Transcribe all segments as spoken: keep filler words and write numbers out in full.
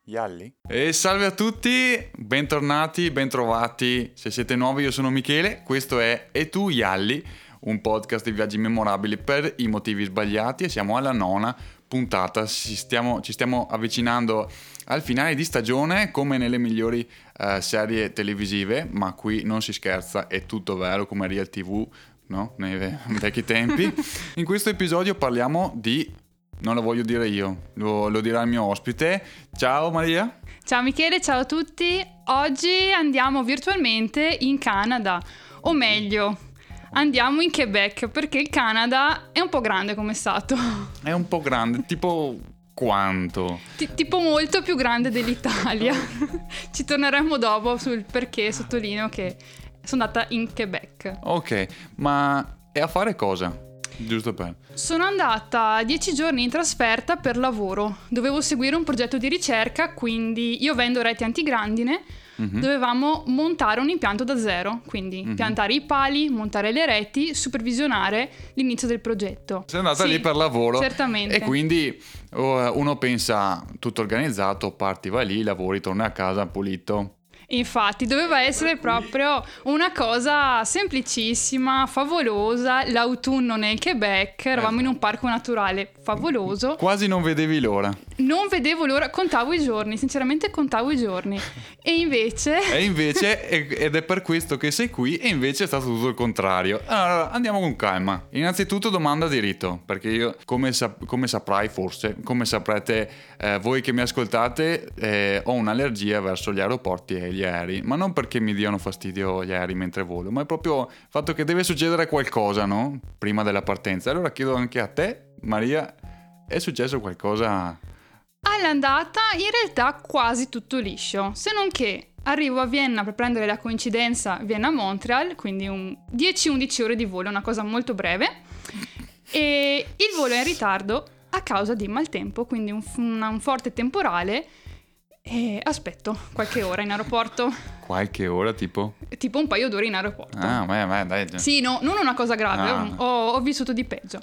Yalli. E salve a tutti, bentornati, bentrovati. Se siete nuovi, io sono Michele, questo è E tu Yalli, un podcast di viaggi memorabili per i motivi sbagliati, e siamo alla nona puntata. Ci stiamo, ci stiamo avvicinando al finale di stagione, come nelle migliori uh, serie televisive, ma qui non si scherza, è tutto vero, come Real tivù, no? Nei ve- vecchi tempi. In questo episodio parliamo di... non lo voglio dire io, lo, lo dirà il mio ospite. Ciao Maria. Ciao Michele, ciao a tutti. Oggi andiamo virtualmente in Canada, o meglio, andiamo in Quebec, perché il Canada è un po' grande come stato. È un po' grande, tipo quanto? T- tipo molto più grande dell'Italia. Ci torneremo dopo sul perché sottolineo che sono andata in Quebec. Ok, ma è a fare cosa? Giusto per... Sono andata dieci giorni in trasferta per lavoro. Dovevo seguire un progetto di ricerca, quindi io vendo reti antigrandine. Mm-hmm. Dovevamo montare un impianto da zero, quindi mm-hmm. piantare i pali, montare le reti, supervisionare l'inizio del progetto. Sei andata sì, lì per lavoro. Certamente. E quindi uh, uno pensa tutto organizzato, parti, vai lì, lavori, torni a casa pulito. Infatti doveva essere proprio una cosa semplicissima, favolosa. L'autunno nel Quebec, eravamo in un parco naturale favoloso. Quasi non vedevi l'ora. Non vedevo l'ora, contavo i giorni, sinceramente contavo i giorni. E invece... E invece, ed è per questo che sei qui, e invece è stato tutto il contrario. Allora, andiamo con calma. Innanzitutto domanda di rito, perché io, come, sap- come saprai forse, come saprete eh, voi che mi ascoltate, eh, ho un'allergia verso gli aeroporti e gli aerei, ma non perché mi diano fastidio gli aerei mentre volo, ma è proprio il fatto che deve succedere qualcosa, no? Prima della partenza. Allora chiedo anche a te, Maria, è successo qualcosa? All'andata in realtà quasi tutto liscio, se non che arrivo a Vienna per prendere la coincidenza Vienna-Montreal, quindi un dieci undici ore di volo, una cosa molto breve, e il volo è in ritardo a causa di maltempo, quindi un, un, un forte temporale. E aspetto qualche ora in aeroporto. Qualche ora tipo? Tipo un paio d'ore in aeroporto. Ah, beh, beh, dai. Sì, no, non una cosa grave, ah. ho, ho vissuto di peggio.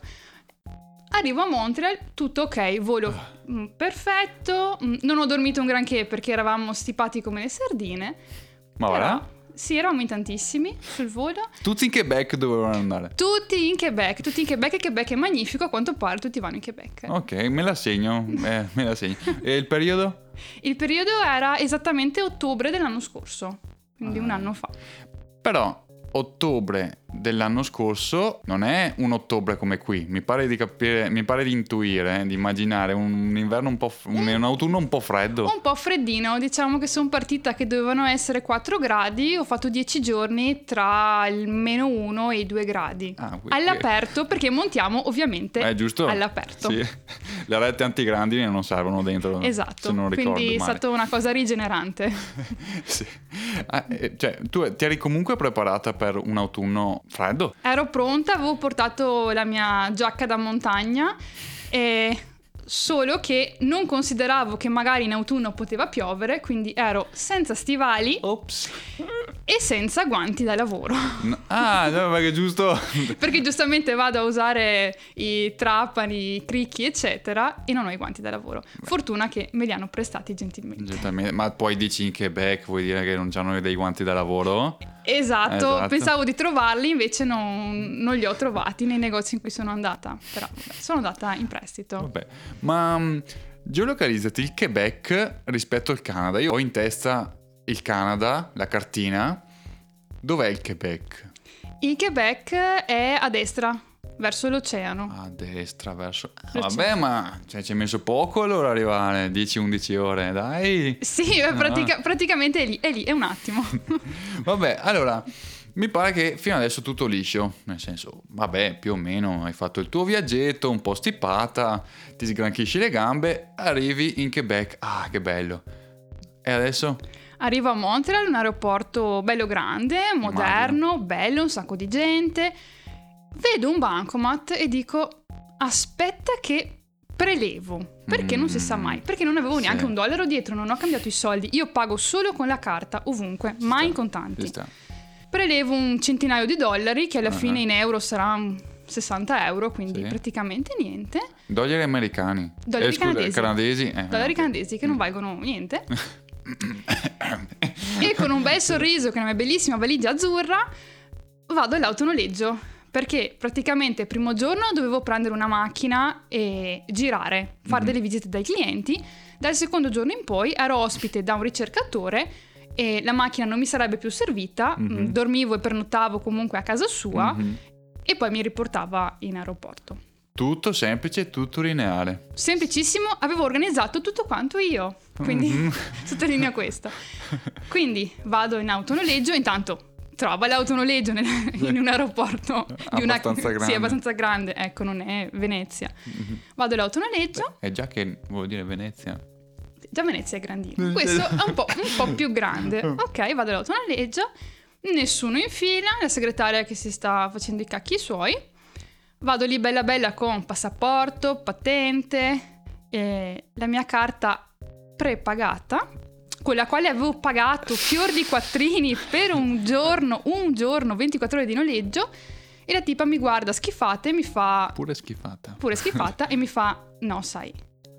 Arrivo a Montreal, tutto ok, volo mm, perfetto, mm, non ho dormito un granché perché eravamo stipati come le sardine. Ma però, va? Sì, eravamo in tantissimi sul volo. Tutti in Quebec dovevano andare. Tutti in Quebec, tutti in Quebec, e Quebec è magnifico, a quanto pare tutti vanno in Quebec. Ok, me la segno, eh, me la segno. E il periodo? Il periodo era esattamente ottobre dell'anno scorso, quindi ah. un anno fa. Però ottobre dell'anno scorso non è un ottobre come qui, mi pare di capire, mi pare di intuire, eh, di immaginare un inverno un po' f- un, un autunno un po' freddo. Un po' freddino, diciamo che sono partita che dovevano essere quattro gradi, ho fatto dieci giorni tra il meno uno e i due gradi. Ah, qui, all'aperto, qui. Perché montiamo ovviamente eh, giusto? all'aperto. Sì. Le rette antigrandine non servono dentro. Esatto, se non ricordo quindi è male. stata una cosa rigenerante. Sì. Ah, eh, cioè, tu ti eri comunque preparata per un autunno freddo? Ero pronta, avevo portato la mia giacca da montagna, e solo che non consideravo che magari in autunno poteva piovere, quindi ero senza stivali. Ops. E senza guanti da lavoro. No. Ah, no, perché giusto. Perché giustamente vado a usare i trapani, i cricchi, eccetera, e non ho i guanti da lavoro. Beh. Fortuna che me li hanno prestati gentilmente. Gentilmente. Ma poi dici in Quebec, vuoi dire che non hanno dei guanti da lavoro? Esatto, esatto. Pensavo di trovarli, invece non, non li ho trovati nei negozi in cui sono andata. Però vabbè, sono andata in prestito. Vabbè, ma um, geolocalizzati il Quebec rispetto al Canada. Io ho in testa il Canada, la cartina. Dov'è il Quebec? Il Quebec è a destra, verso l'oceano. A destra, verso... Ah, vabbè, ma cioè, ci hai messo poco allora arrivare, dieci undici ore, dai. Sì, no. pratica- praticamente è lì, è lì, è un attimo. Vabbè, allora, mi pare che fino adesso tutto liscio. Nel senso, vabbè, più o meno hai fatto il tuo viaggetto, un po' stipata, ti sgranchisci le gambe, arrivi in Quebec. Ah, che bello. E adesso? Arrivo a Montreal, un aeroporto bello grande, moderno, Immagino. bello, un sacco di gente. Vedo un bancomat e dico, aspetta che prelevo. Perché mm. non si sa mai. Perché non avevo neanche sì. un dollaro dietro, non ho cambiato i soldi. Io pago solo con la carta, ovunque, mai in contanti. Prelevo un centinaio di dollari, che alla uh-huh. fine in euro sarà sessanta euro, quindi Sì. praticamente niente. Dollari americani. Dollari eh, scusa, canadesi. canadesi. Eh, Dollari ok. canadesi che non valgono niente. E con un bel sorriso, con una mia bellissima valigia azzurra, vado all'autonoleggio. Perché praticamente il primo giorno dovevo prendere una macchina e girare, fare Mhm. delle visite dai clienti. Dal secondo giorno in poi ero ospite da un ricercatore e la macchina non mi sarebbe più servita, Mhm. mh, dormivo e pernottavo comunque a casa sua Mhm. e poi mi riportava in aeroporto. Tutto semplice, tutto lineare. Semplicissimo, avevo organizzato tutto quanto io, quindi Mhm. sottolineo questo. Quindi vado in autonoleggio, intanto trova l'autonoleggio nel- in un aeroporto di una, Abbastanza grande. sì, abbastanza grande, ecco, non è Venezia. Mhm. Vado all'autonoleggio, È già che vuol dire Venezia. già Venezia è grandino, questo è un po', un po' più grande. Ok, vado all'autonoleggio, nessuno in fila, la segretaria che si sta facendo i cacchi suoi. Vado lì bella bella con passaporto, patente, eh, la mia carta prepagata, con la quale avevo pagato fior di quattrini per un giorno, un giorno, ventiquattro ore di noleggio, e la tipa mi guarda schifata e mi fa, Pure schifata. pure schifata, e mi fa, no sai.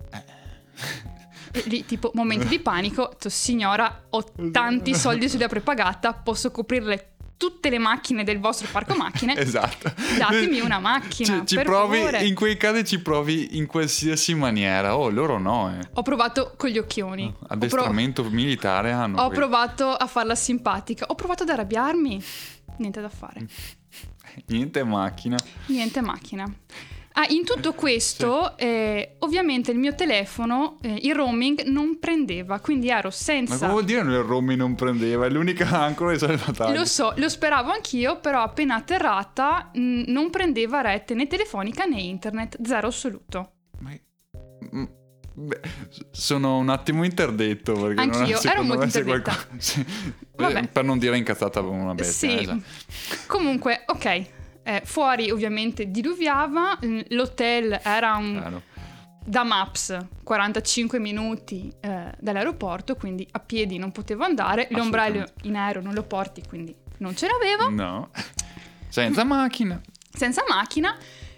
E lì tipo momento di panico, to, signora, ho tanti soldi sulla prepagata, posso coprirle tutte le macchine del vostro parco macchine. Esatto. Datemi una macchina, Ci, ci per provi, favore. in quei casi ci provi in qualsiasi maniera. Oh, loro no, eh. Ho provato con gli occhioni. Ho, pro- Addestramento militare hanno. ho qui. provato a farla simpatica. Ho provato ad arrabbiarmi. Niente da fare. Niente macchina. Niente macchina. Ah, in tutto questo, eh, ovviamente il mio telefono, eh, il roaming non prendeva, quindi ero Ma senza... cosa vuol dire il roaming non prendeva? È l'unica ancora di salvataggio. Lo so, lo speravo anch'io, però appena atterrata mh, non prendeva rete né telefonica né internet, zero assoluto. Ma- mm, beh, sono un attimo interdetto perché non Anch'io, è, ero secondo molto me, se interdetta. qualcosa- sì. Vabbè. Per non dire incazzata come una bestia. Sì, esatto. comunque, ok, eh, fuori ovviamente diluviava, l- l'hotel era un, Chiaro. da Maps quarantacinque minuti eh, dall'aeroporto, quindi a piedi non potevo andare, l'ombrello in aereo non lo porti, quindi non ce l'avevo, No. Senza macchina. senza macchina,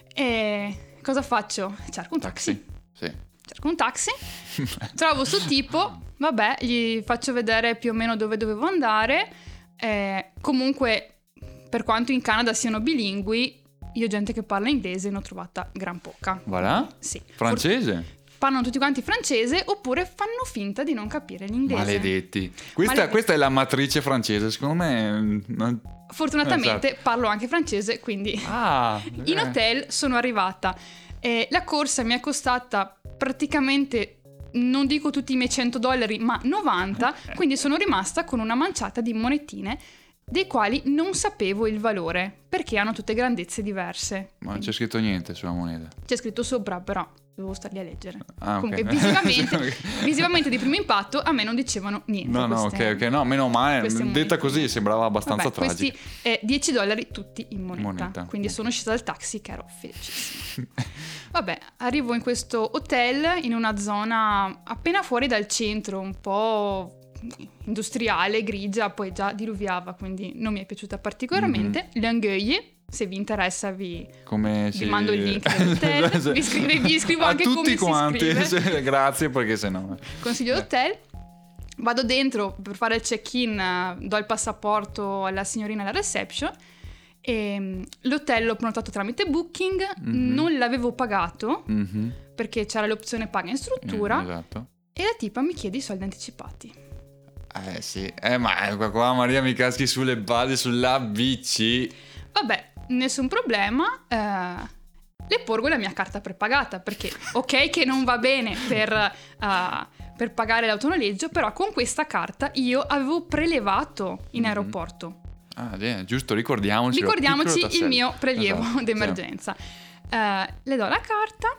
e cosa faccio? Cerco un taxi. Taxi. Sì. Cerco un taxi, trovo sto tipo, vabbè, gli faccio vedere più o meno dove dovevo andare. Eh, comunque, per quanto in Canada siano bilingui, io gente che parla inglese ne ho trovata gran poca. Voilà. Sì. Francese. For- parlano tutti quanti francese oppure fanno finta di non capire l'inglese. Maledetti. Questa, Maledetti. questa è la matrice francese, secondo me. non- Fortunatamente Esatto. parlo anche francese, quindi Ah, in eh. hotel sono arrivata. Eh, la corsa mi è costata praticamente, non dico tutti i miei cento dollari, ma novanta, quindi sono rimasta con una manciata di monetine dei quali non sapevo il valore, perché hanno tutte grandezze diverse. Ma non c'è scritto niente sulla moneta. C'è scritto sopra, però dovevo starli a leggere. Ah, ok. Comunque visivamente, visivamente di primo impatto a me non dicevano niente. No, no, queste- ok, ok. No, meno male. queste Detta monetine. così sembrava abbastanza Vabbè, tragica. questi eh, dieci dollari tutti in moneta. Moneta. Quindi sono scesa dal taxi che ero felicissima. Vabbè, arrivo in questo hotel in una zona appena fuori dal centro, un po' industriale, grigia, poi già diluviava, quindi non mi è piaciuta particolarmente. Mhm. L'Angueille, se vi interessa vi, Come vi si... mando il link dell'hotel, vi, scrive, vi scrivo a anche tutti come quanti. si scrive. Sì, grazie, perché sennò... Consiglio d'hotel. Vado dentro per fare il check-in, eh, do il passaporto alla signorina alla reception e mm, l'hotel l'ho prenotato tramite Booking, Mhm. non l'avevo pagato Mhm. perché c'era l'opzione paga in struttura Eh, esatto. e la tipa mi chiede i soldi anticipati. Eh sì, eh ma qua, qua Maria mi caschi sulle basi sull'A B C. Vabbè, nessun problema, eh, le porgo la mia carta prepagata perché ok che non va bene per, eh, per pagare l'autonoleggio, però con questa carta io avevo prelevato in Mhm. aeroporto. Ah, sì, giusto, ricordiamoci. Ricordiamoci il mio prelievo Esatto, d'emergenza. Eh, le do la carta,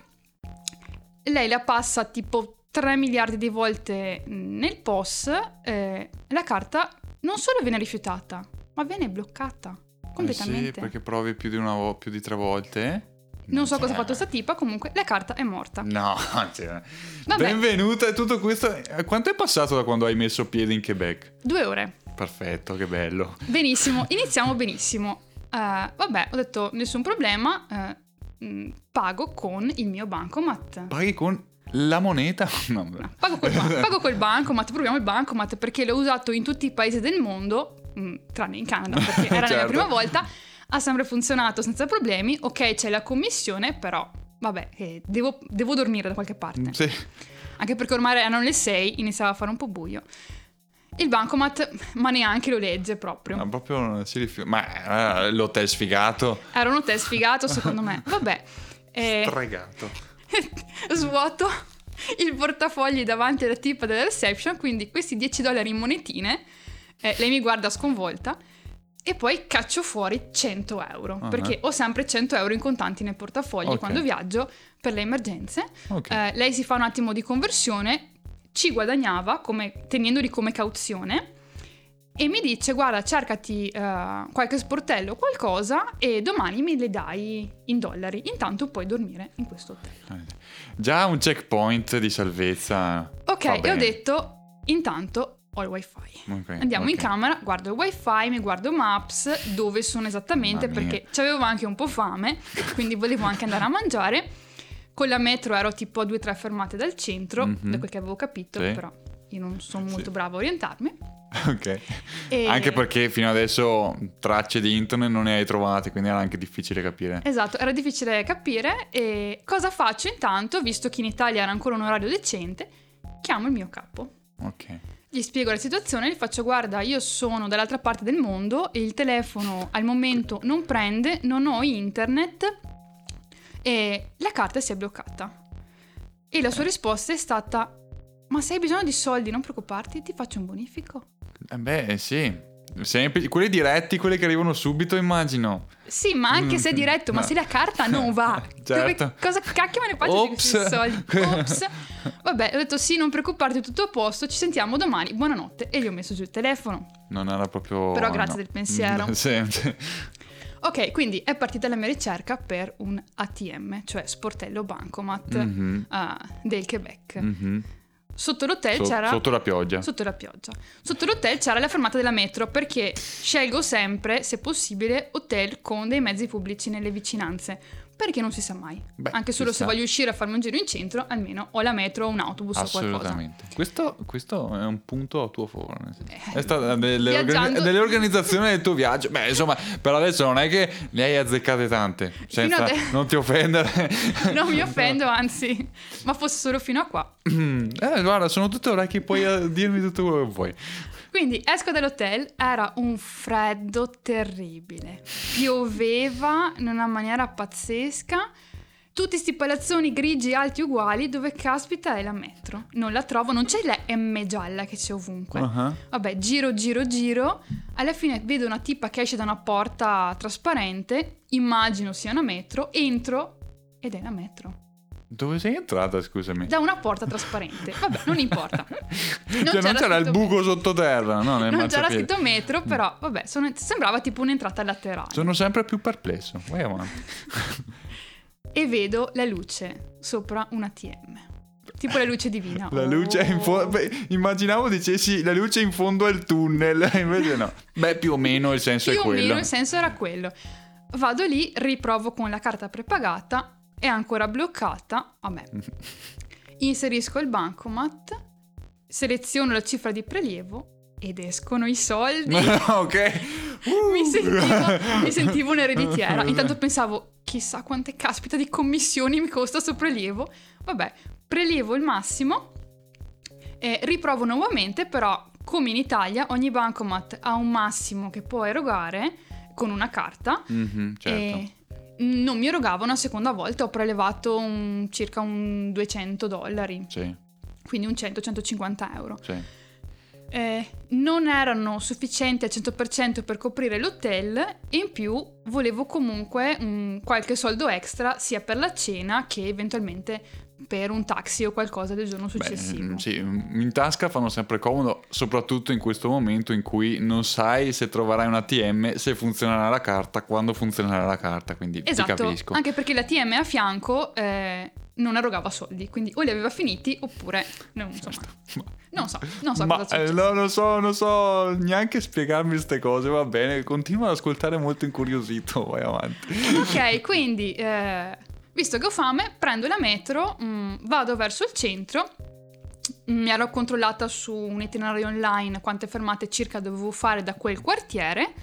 lei la passa tipo tre miliardi di volte nel P O S, eh, la carta non solo viene rifiutata, ma viene bloccata completamente. Eh sì, perché provi più di una vo- più di tre volte. Non so Cioè, cosa ha fatto sta tipa, comunque la carta è morta. No, cioè, Vabbè. benvenuta e tutto questo. eh, Quanto è passato da quando hai messo piede in Quebec? Due ore. Perfetto, che bello. Benissimo, iniziamo benissimo. eh, vabbè, ho detto nessun problema, eh, mh, pago con il mio bancomat. Paghi con la moneta? No, No, pago, col ban- pago col bancomat, proviamo il bancomat perché l'ho usato in tutti i paesi del mondo, mh, tranne in Canada perché era Certo. la mia prima volta, ha sempre funzionato senza problemi. Ok, c'è la commissione, però vabbè, eh, devo, devo dormire da qualche parte. Sì. Anche perché ormai erano le sei, iniziava a fare un po' buio. Il bancomat, ma neanche lo legge proprio. Ma proprio non si rifiuta. Ma eh, l'hotel sfigato. Era un hotel sfigato, secondo me. Vabbè. Eh, Stregato. svuoto il portafogli davanti alla tipa della reception, quindi questi dieci dollari in monetine. Eh, lei mi guarda sconvolta. E poi caccio fuori cento euro, uh-huh. perché ho sempre cento euro in contanti nel portafogli Okay. quando viaggio per le emergenze. Okay. Eh, lei si fa un attimo di conversione, ci guadagnava come, tenendoli come cauzione e mi dice guarda cercati eh, qualche sportello o qualcosa e domani me le dai in dollari, intanto puoi dormire in questo hotel. Già un checkpoint di salvezza. Ok, Va e ho bene. detto intanto ho il wifi. Okay, Andiamo in ok. camera, guardo il wifi, mi guardo Maps, dove sono esattamente, Mamma mia. perché c'avevo anche un po' fame, quindi volevo anche andare a mangiare. Con la metro ero tipo a due o tre fermate dal centro, Mhm. da quel che avevo capito, Sì. però io non sono Sì. molto brava a orientarmi. Ok. E- Anche perché fino adesso tracce di internet non ne hai trovate, quindi era anche difficile capire. Esatto, era difficile capire. E cosa faccio intanto, visto che in Italia era ancora un orario decente? Chiamo il mio capo. Ok. Gli spiego la situazione, gli faccio guarda io sono dall'altra parte del mondo e il telefono al momento non prende, non ho internet e la carta si è bloccata. E la sua risposta è stata ma se hai bisogno di soldi non preoccuparti, ti faccio un bonifico. Eh beh, sì. Sempre, quelli diretti, quelli che arrivano subito, immagino. Sì, ma anche se è diretto, ma No. se la carta non va, Certo. dove- cosa cacchio me ne faccio di questi Ops. soldi? Ops. Vabbè, ho detto sì, non preoccuparti, tutto a posto, ci sentiamo domani, buonanotte. E gli ho messo giù il telefono. Non era proprio... Però grazie no. del pensiero. Sì, sì. Ok, quindi è partita la mia ricerca per un A T M, cioè sportello bancomat Mhm. ah, del Quebec. Mhm. Sotto l'hotel So- c'era... Sotto la pioggia. Sotto la pioggia. Sotto l'hotel c'era la fermata della metro perché scelgo sempre, se possibile, hotel con dei mezzi pubblici nelle vicinanze. Perché non si sa mai. Beh, Anche ci solo se sta. voglio uscire a farmi un giro in centro, almeno ho la metro o un autobus o qualcosa. Assolutamente. Questo, questo è un punto a tuo favore. nel senso. Eh, È stata delle, viaggiando- organi- delle organizzazioni del tuo viaggio. Beh, insomma, per adesso non è che ne hai azzeccate tante. Senza, Fino ade- non ti offendere. Non mi offendo, anzi, ma fosse solo fino a qua. Eh, guarda, sono tutte orecchie, puoi eh, dirmi tutto quello che vuoi. Quindi esco dall'hotel, era un freddo terribile, pioveva in una maniera pazzesca, tutti sti palazzoni grigi alti uguali, dove caspita è la metro? Non la trovo, non c'è la M gialla che c'è ovunque. Uh-huh. Vabbè, giro, giro, giro, alla fine vedo una tipa che esce da una porta trasparente, immagino sia una metro, entro ed è la metro. Dove sei entrata, scusami? Da una porta trasparente, vabbè, non importa. Non, cioè, non c'era il scritto buco sottoterra, no? Nel Non c'era marciapiede. scritto metro, però vabbè, sono- sembrava tipo un'entrata laterale. Sono sempre più perplesso. Vai avanti. E vedo la luce sopra un A T M. Tipo la luce divina. La luce è in Oh. fondo. Immginavo dicessi la luce in fondo al tunnel. Invece no. Beh, più o meno il senso Più è o quello. meno il senso era quello. Vado lì, riprovo con la carta prepagata, è ancora bloccata. Vabbè. Inserisco il bancomat, seleziono la cifra di prelievo ed escono i soldi. Ok. mi, sentivo, mi sentivo un'ereditiera. Intanto pensavo, chissà quante caspita di commissioni mi costa sto prelievo. Vabbè, prelievo il massimo, eh, riprovo nuovamente, però come in Italia ogni bancomat ha un massimo che può erogare con una carta. Mhm, certo. E non mi erogava una seconda volta, ho prelevato un- circa un duecento dollari, Sì, quindi un cento centocinquanta euro. sì. Eh, non erano sufficienti al cento per cento per coprire l'hotel e in più volevo comunque un, qualche soldo extra sia per la cena che eventualmente per un taxi o qualcosa del giorno successivo. Beh, sì, in tasca fanno sempre comodo, soprattutto in questo momento in cui non sai se troverai un A T M, se funzionerà la carta, quando funzionerà la carta, quindi ti Esatto, capisco. anche perché l'A T M a fianco eh, non erogava soldi, quindi o li aveva finiti oppure non, insomma, Ma, non so, non so ma, cosa eh, succede. no, non so, non so neanche spiegarmi queste cose, va bene, continuo ad ascoltare molto incuriosito, vai avanti. Ok, quindi eh, visto che ho fame, prendo la metro, mh, vado verso il centro, mi ero controllata su un itinerario online quante fermate circa dovevo fare da quel quartiere,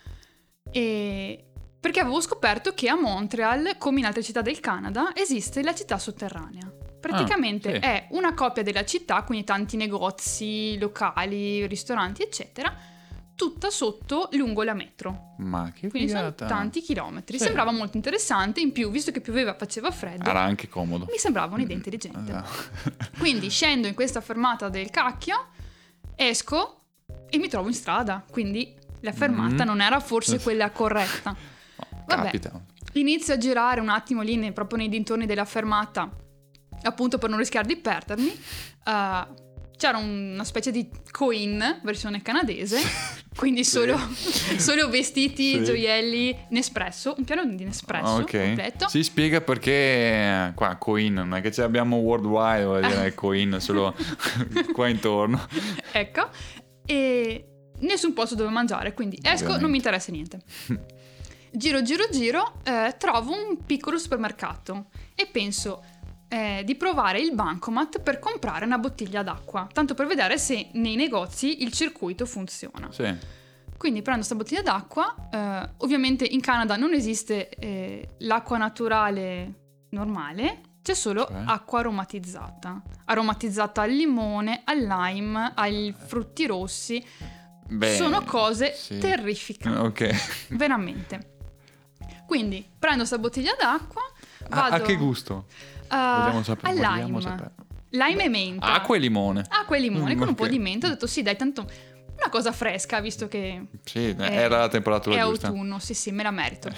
e perché avevo scoperto che a Montreal, come in altre città del Canada, esiste la città sotterranea. Praticamente Ah, sì. è una copia della città, quindi tanti negozi, locali, ristoranti, eccetera, tutta sotto lungo la metro. Ma che Quindi figata. sono tanti chilometri. Sì. Sembrava molto interessante, in più, visto che pioveva, faceva freddo, Era anche comodo. mi sembrava un'idea intelligente. Esatto. Quindi scendo in questa fermata del cacchio, esco e mi trovo in strada, quindi la fermata Mm. non era forse quella corretta. Vabbè, Capita. inizio a girare un attimo lì, nei- proprio nei dintorni della fermata, appunto per non rischiare di perdermi. Uh, c'era una specie di coin versione canadese, quindi Sì. solo, solo vestiti, Sì. gioielli, Nespresso, un piano di Nespresso Ok. completo. Si spiega perché qua Coin, non è che ce l'abbiamo worldwide, vuol dire Coin solo qua intorno. Ecco, e nessun posto dove mangiare, quindi esco, Ovviamente. non mi interessa niente. Giro, giro, giro, eh, trovo un piccolo supermercato e penso eh, di provare il bancomat per comprare una bottiglia d'acqua, tanto per vedere se nei negozi il circuito funziona. Sì. Quindi prendo questa bottiglia d'acqua, eh, ovviamente in Canada non esiste eh, l'acqua naturale normale, c'è solo Cioè? acqua aromatizzata, aromatizzata al limone, al lime, ai frutti rossi. Beh, Sono cose sì. terrificanti, Ok. veramente. Quindi prendo questa bottiglia d'acqua, A, vado a che gusto? eh, Vogliamo sapere. al vogliamo lime, sapere. lime e menta. Acqua e limone. Acqua e limone Mm, con un ok. po' di menta. Ho detto sì, dai, tanto una cosa fresca, visto che Sì, è- era la temperatura è giusta. autunno, sì sì, me la merito.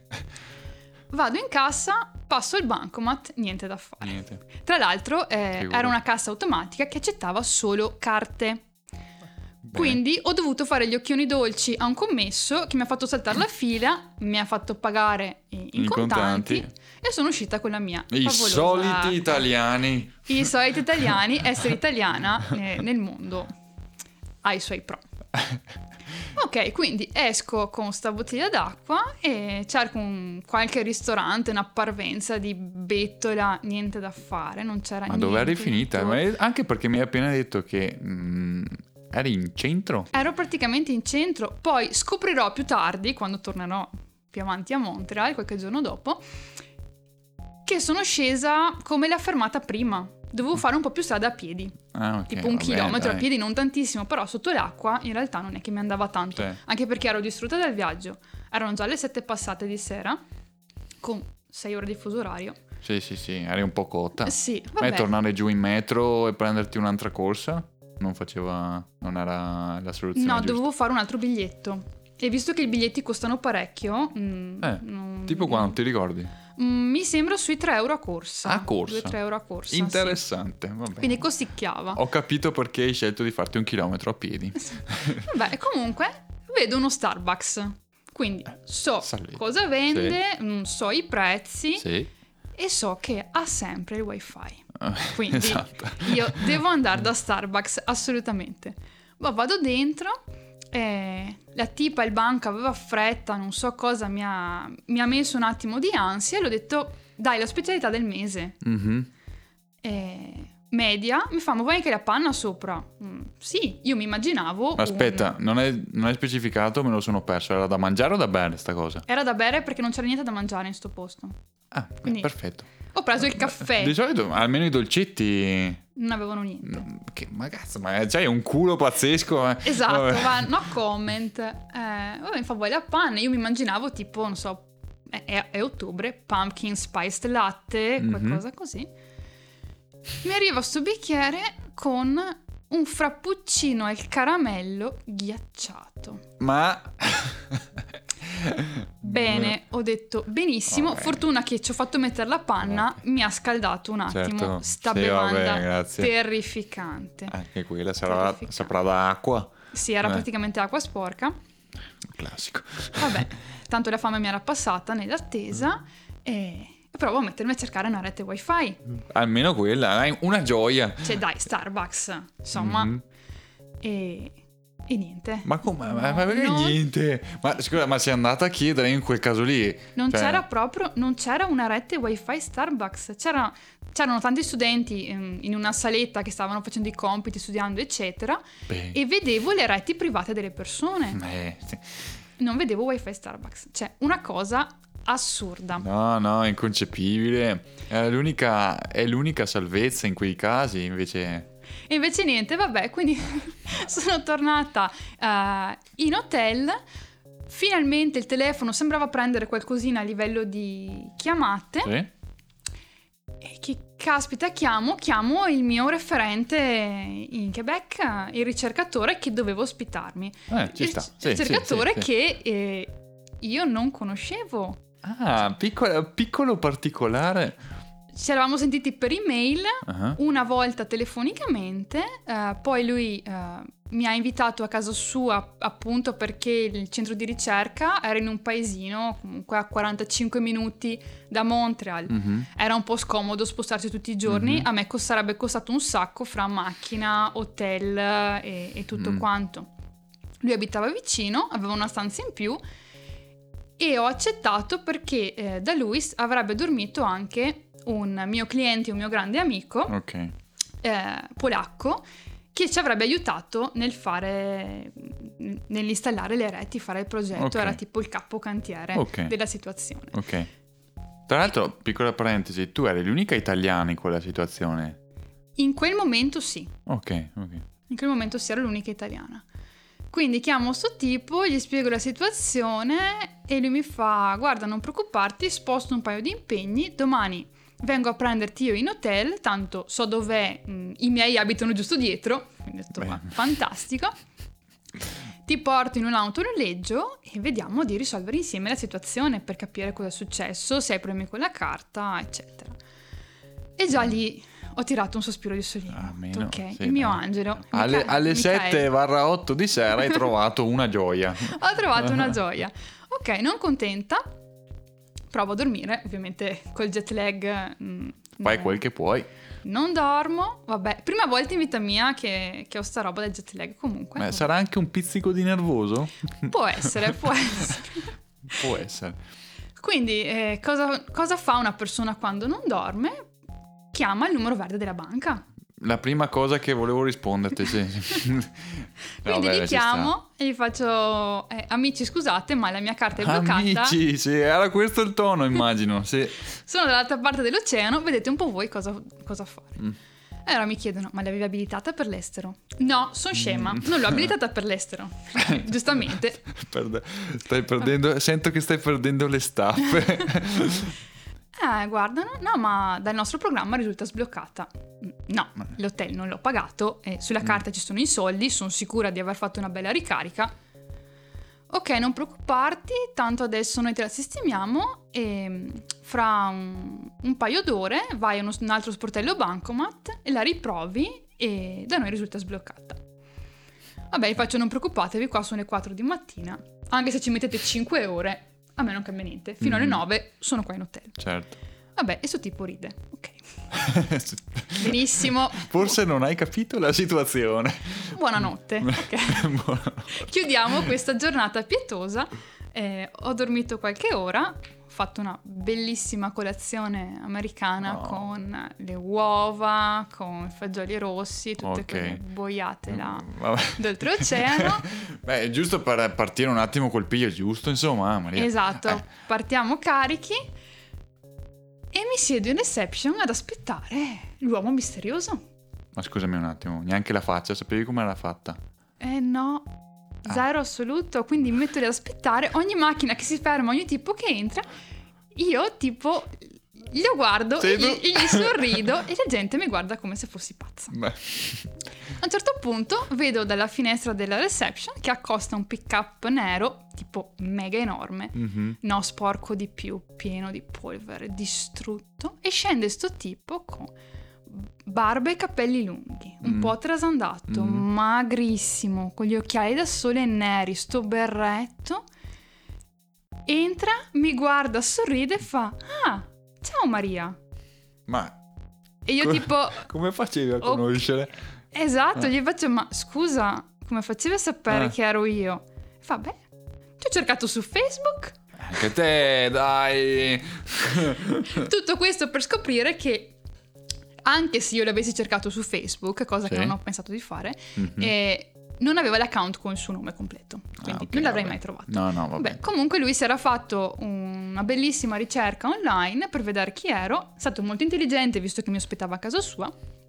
Vado in cassa, passo il bancomat, niente da fare. Niente. Tra l'altro eh, Figurati. era una cassa automatica che accettava solo carte. Bene. Quindi ho dovuto fare gli occhioni dolci a un commesso che mi ha fatto saltare la fila, mi ha fatto pagare in, in In contanti, contanti. e sono uscita con la mia I favolosa- soliti italiani. I soliti italiani, essere italiana eh, nel mondo ha i suoi pro. Ok, quindi esco con sta bottiglia d'acqua e cerco un, qualche ristorante, una parvenza di bettola, niente da fare, non c'era Ma niente. dove eri finita? tutto- Ma è- anche perché mi hai appena detto che mm, eri in centro. Ero praticamente in centro, poi scoprirò più tardi, quando tornerò più avanti a Montreal, qualche giorno dopo, che sono scesa come la fermata prima. Dovevo fare un po' più strada a piedi, Ah, ok, tipo un vabbè, chilometro a dai. piedi, non tantissimo, però sotto l'acqua in realtà non è che mi andava tanto, Sì. anche perché ero distrutta dal viaggio. Erano già le sette passate di sera, con sei ore di fuso orario. Sì, sì, sì, eri un po' cotta. Sì, Ma vabbè. tornare giù in metro e prenderti un'altra corsa non faceva, non era la soluzione No, giusta. dovevo fare un altro biglietto. E visto che i biglietti costano parecchio... mm, Eh, non- Tipo quanto, ti ricordi? Mm, mi sembra sui tre euro a corsa. A corsa? due tre euro a corsa. Interessante, vabbè. Sì. Quindi costicchiava. Ho capito perché hai scelto di farti un chilometro a piedi. Vabbè, comunque vedo uno Starbucks. Quindi so Salì. cosa vende, mm, so i prezzi Sì. e so che ha sempre il wifi. Eh, Quindi esatto. io devo andare da Starbucks assolutamente. Ma vado dentro, eh, la tipa il banco aveva fretta, non so cosa, mi ha, mi ha messo un attimo di ansia e le ho detto dai, la specialità del mese. Mhm. Eh, media, mi fa ma vuoi anche la panna sopra? Mm, sì, io mi immaginavo Aspetta, un- non è, non è specificato, me lo sono perso. Era da mangiare o da bere sta cosa? Era da bere perché non c'era niente da mangiare in sto posto. Ah, Quindi- perfetto. Ho preso il caffè, Di solito almeno i dolcetti... non avevano niente. mm, Che, ma cazzo, ma c'hai un culo pazzesco. eh. Esatto, Vabbè. va, no comment. Eh, vabbè, mi fa vuoi la panna? Io mi immaginavo tipo, non so, è, è- è ottobre, pumpkin spiced latte, Mhm. qualcosa così. Mi arriva sto bicchiere con un frappuccino al caramello ghiacciato. Ma... Bene, ho detto benissimo, Vabbè. fortuna che ci ho fatto mettere la panna, Vabbè. mi ha scaldato un attimo Certo, sta sì, bevanda vabbè, grazie. terrificante. Anche quella sarà, Terrificante. saprà da acqua. Sì, era Eh. praticamente acqua sporca. Classico. Vabbè, tanto la fame mi era passata nell'attesa e, e provo a mettermi a cercare una rete wifi. Almeno quella, dai, una gioia. Cioè dai, Starbucks, insomma. Mm-hmm. E... E niente. Ma come? No, ma perché no. niente? Ma scusa, ma sei andata a chiedere in quel caso lì? Non Cioè... c'era proprio, non c'era una rete wifi Starbucks. C'era, c'erano tanti studenti ehm, in una saletta che stavano facendo i compiti, studiando, eccetera. Beh. E vedevo le reti private delle persone. Eh, sì. Non vedevo wifi Starbucks. Cioè, una cosa assurda. No, no, inconcepibile. È l'unica, è l'unica salvezza in quei casi, invece... E invece niente, vabbè, quindi sono tornata uh, in hotel. Finalmente il telefono sembrava prendere qualcosina a livello di chiamate. Sì? E che caspita, chiamo, chiamo il mio referente in Quebec, il ricercatore che doveva ospitarmi. Eh, ci il sta. il Sì, ricercatore sì, sì, sì. che eh, io non conoscevo. Ah, piccolo, piccolo particolare. Ci eravamo sentiti per email, Uh-huh. una volta telefonicamente, eh, poi lui eh, mi ha invitato a casa sua appunto perché il centro di ricerca era in un paesino comunque a quarantacinque minuti da Montreal. Mm-hmm. Era un po' scomodo spostarsi tutti i giorni, Mhm. a me cos- sarebbe costato un sacco fra macchina, hotel e, e tutto Mm. quanto. Lui abitava vicino, aveva una stanza in più e ho accettato perché eh, da lui s- avrebbe dormito anche un mio cliente, un mio grande amico Ok. eh, polacco che ci avrebbe aiutato nel fare, nell'installare le reti, fare il progetto, Ok. era tipo il capo cantiere Ok. della situazione. Ok. Tra l'altro, piccola parentesi, tu eri l'unica italiana in quella situazione. In quel momento sì, Ok, ok. in quel momento sì, ero l'unica italiana. Quindi chiamo sto tipo, gli spiego la situazione e lui mi fa: guarda, non preoccuparti, sposto un paio di impegni, domani vengo a prenderti io in hotel, tanto so dov'è, mh, i miei abitano giusto dietro. Quindi ho detto: Beh. ma fantastico. Ti porto in un autonoleggio e vediamo di risolvere insieme la situazione per capire cosa è successo, se hai problemi con la carta, eccetera. E già lì ho tirato un sospiro di sollievo. Almeno, Ok, sì, il mio dai. angelo. Alle, Mica- alle Michael. sette otto di sera hai trovato una gioia. Ho trovato una gioia. Ok, non contenta, provo a dormire, ovviamente col jet lag. mh, Fai eh, quel che puoi. Non dormo, vabbè, prima volta in vita mia che, che ho sta roba del jet lag, comunque. Beh, vabbè. sarà anche un pizzico di nervoso? Può essere, può essere. Può essere. Quindi, eh, cosa, cosa fa una persona quando non dorme? Chiama il numero verde della banca. La prima cosa che volevo risponderti, sì. No, Quindi beh, li ci sta. chiamo e gli faccio: eh, amici, scusate, ma la mia carta è bloccata. Amici, sì, era questo il tono, immagino, sì. Sono dall'altra parte dell'oceano, vedete un po' voi cosa, cosa fare. Mm. E allora mi chiedono: ma l'avevi abilitata per l'estero? No, sono scema, non l'ho abilitata per l'estero. Giustamente. Perde- stai perdendo, sento che stai perdendo le staffe. Eh, guardano, no, ma dal nostro programma risulta sbloccata. No, l'hotel non l'ho pagato e sulla carta ci sono i soldi, sono sicura di aver fatto una bella ricarica. Ok, non preoccuparti, tanto adesso noi te la sistemiamo e mh, fra un, un paio d'ore vai a uno- un altro sportello bancomat e la riprovi e da noi risulta sbloccata. Vabbè, gli faccio: non preoccupatevi, qua sono le quattro di mattina, anche se ci mettete cinque ore, a me non cambia niente, fino alle Mhm. nove sono qua in hotel. Certo. Vabbè, e sto tipo ride, ok. Benissimo, Forse non hai capito la situazione. buonanotte. Ok. Buono. Chiudiamo questa giornata pietosa. Eh, ho dormito qualche ora, ho fatto una bellissima colazione americana Oh. con le uova, con i fagioli rossi, tutte Ok. quelle boiate là Vabbè. d'oltreoceano. Beh, giusto per partire un attimo col piglio giusto, insomma, Maria. Esatto, Eh, partiamo carichi e mi siedo in reception ad aspettare l'uomo misterioso. ma scusami un attimo, neanche la faccia, sapevi come era fatta? Eh no, Ah. zero assoluto, quindi mi metto lì ad aspettare, ogni macchina che si ferma, ogni tipo che entra, io tipo lo guardo Sei e gli, tu? e gli sorrido e la gente mi guarda come se fossi pazza. Beh. A un certo punto vedo dalla finestra della reception che accosta un pick-up nero, tipo mega enorme, Mhm. no sporco di più, pieno di polvere, distrutto, e scende sto tipo con barba e capelli lunghi, un Mm. po' trasandato, Mm. magrissimo, con gli occhiali da sole neri, sto berretto, entra, mi guarda, sorride e fa: ah, ciao Maria. Ma E io come, tipo... come facevi a ok. conoscere? Esatto, Eh. gli faccio, ma scusa, come facevi a sapere Eh. che ero io? Fa, beh, ti ho cercato su Facebook. Anche te, dai. Tutto questo per scoprire che anche se io l'avessi cercato su Facebook, cosa Sì. che non ho pensato di fare, Mhm. eh, non aveva l'account con il suo nome completo, quindi Ah, ok, non l'avrei vabbè. mai trovato. No, no, vabbè. Beh, comunque lui si era fatto una bellissima ricerca online per vedere chi ero, è stato molto intelligente visto che mi ospitava a casa sua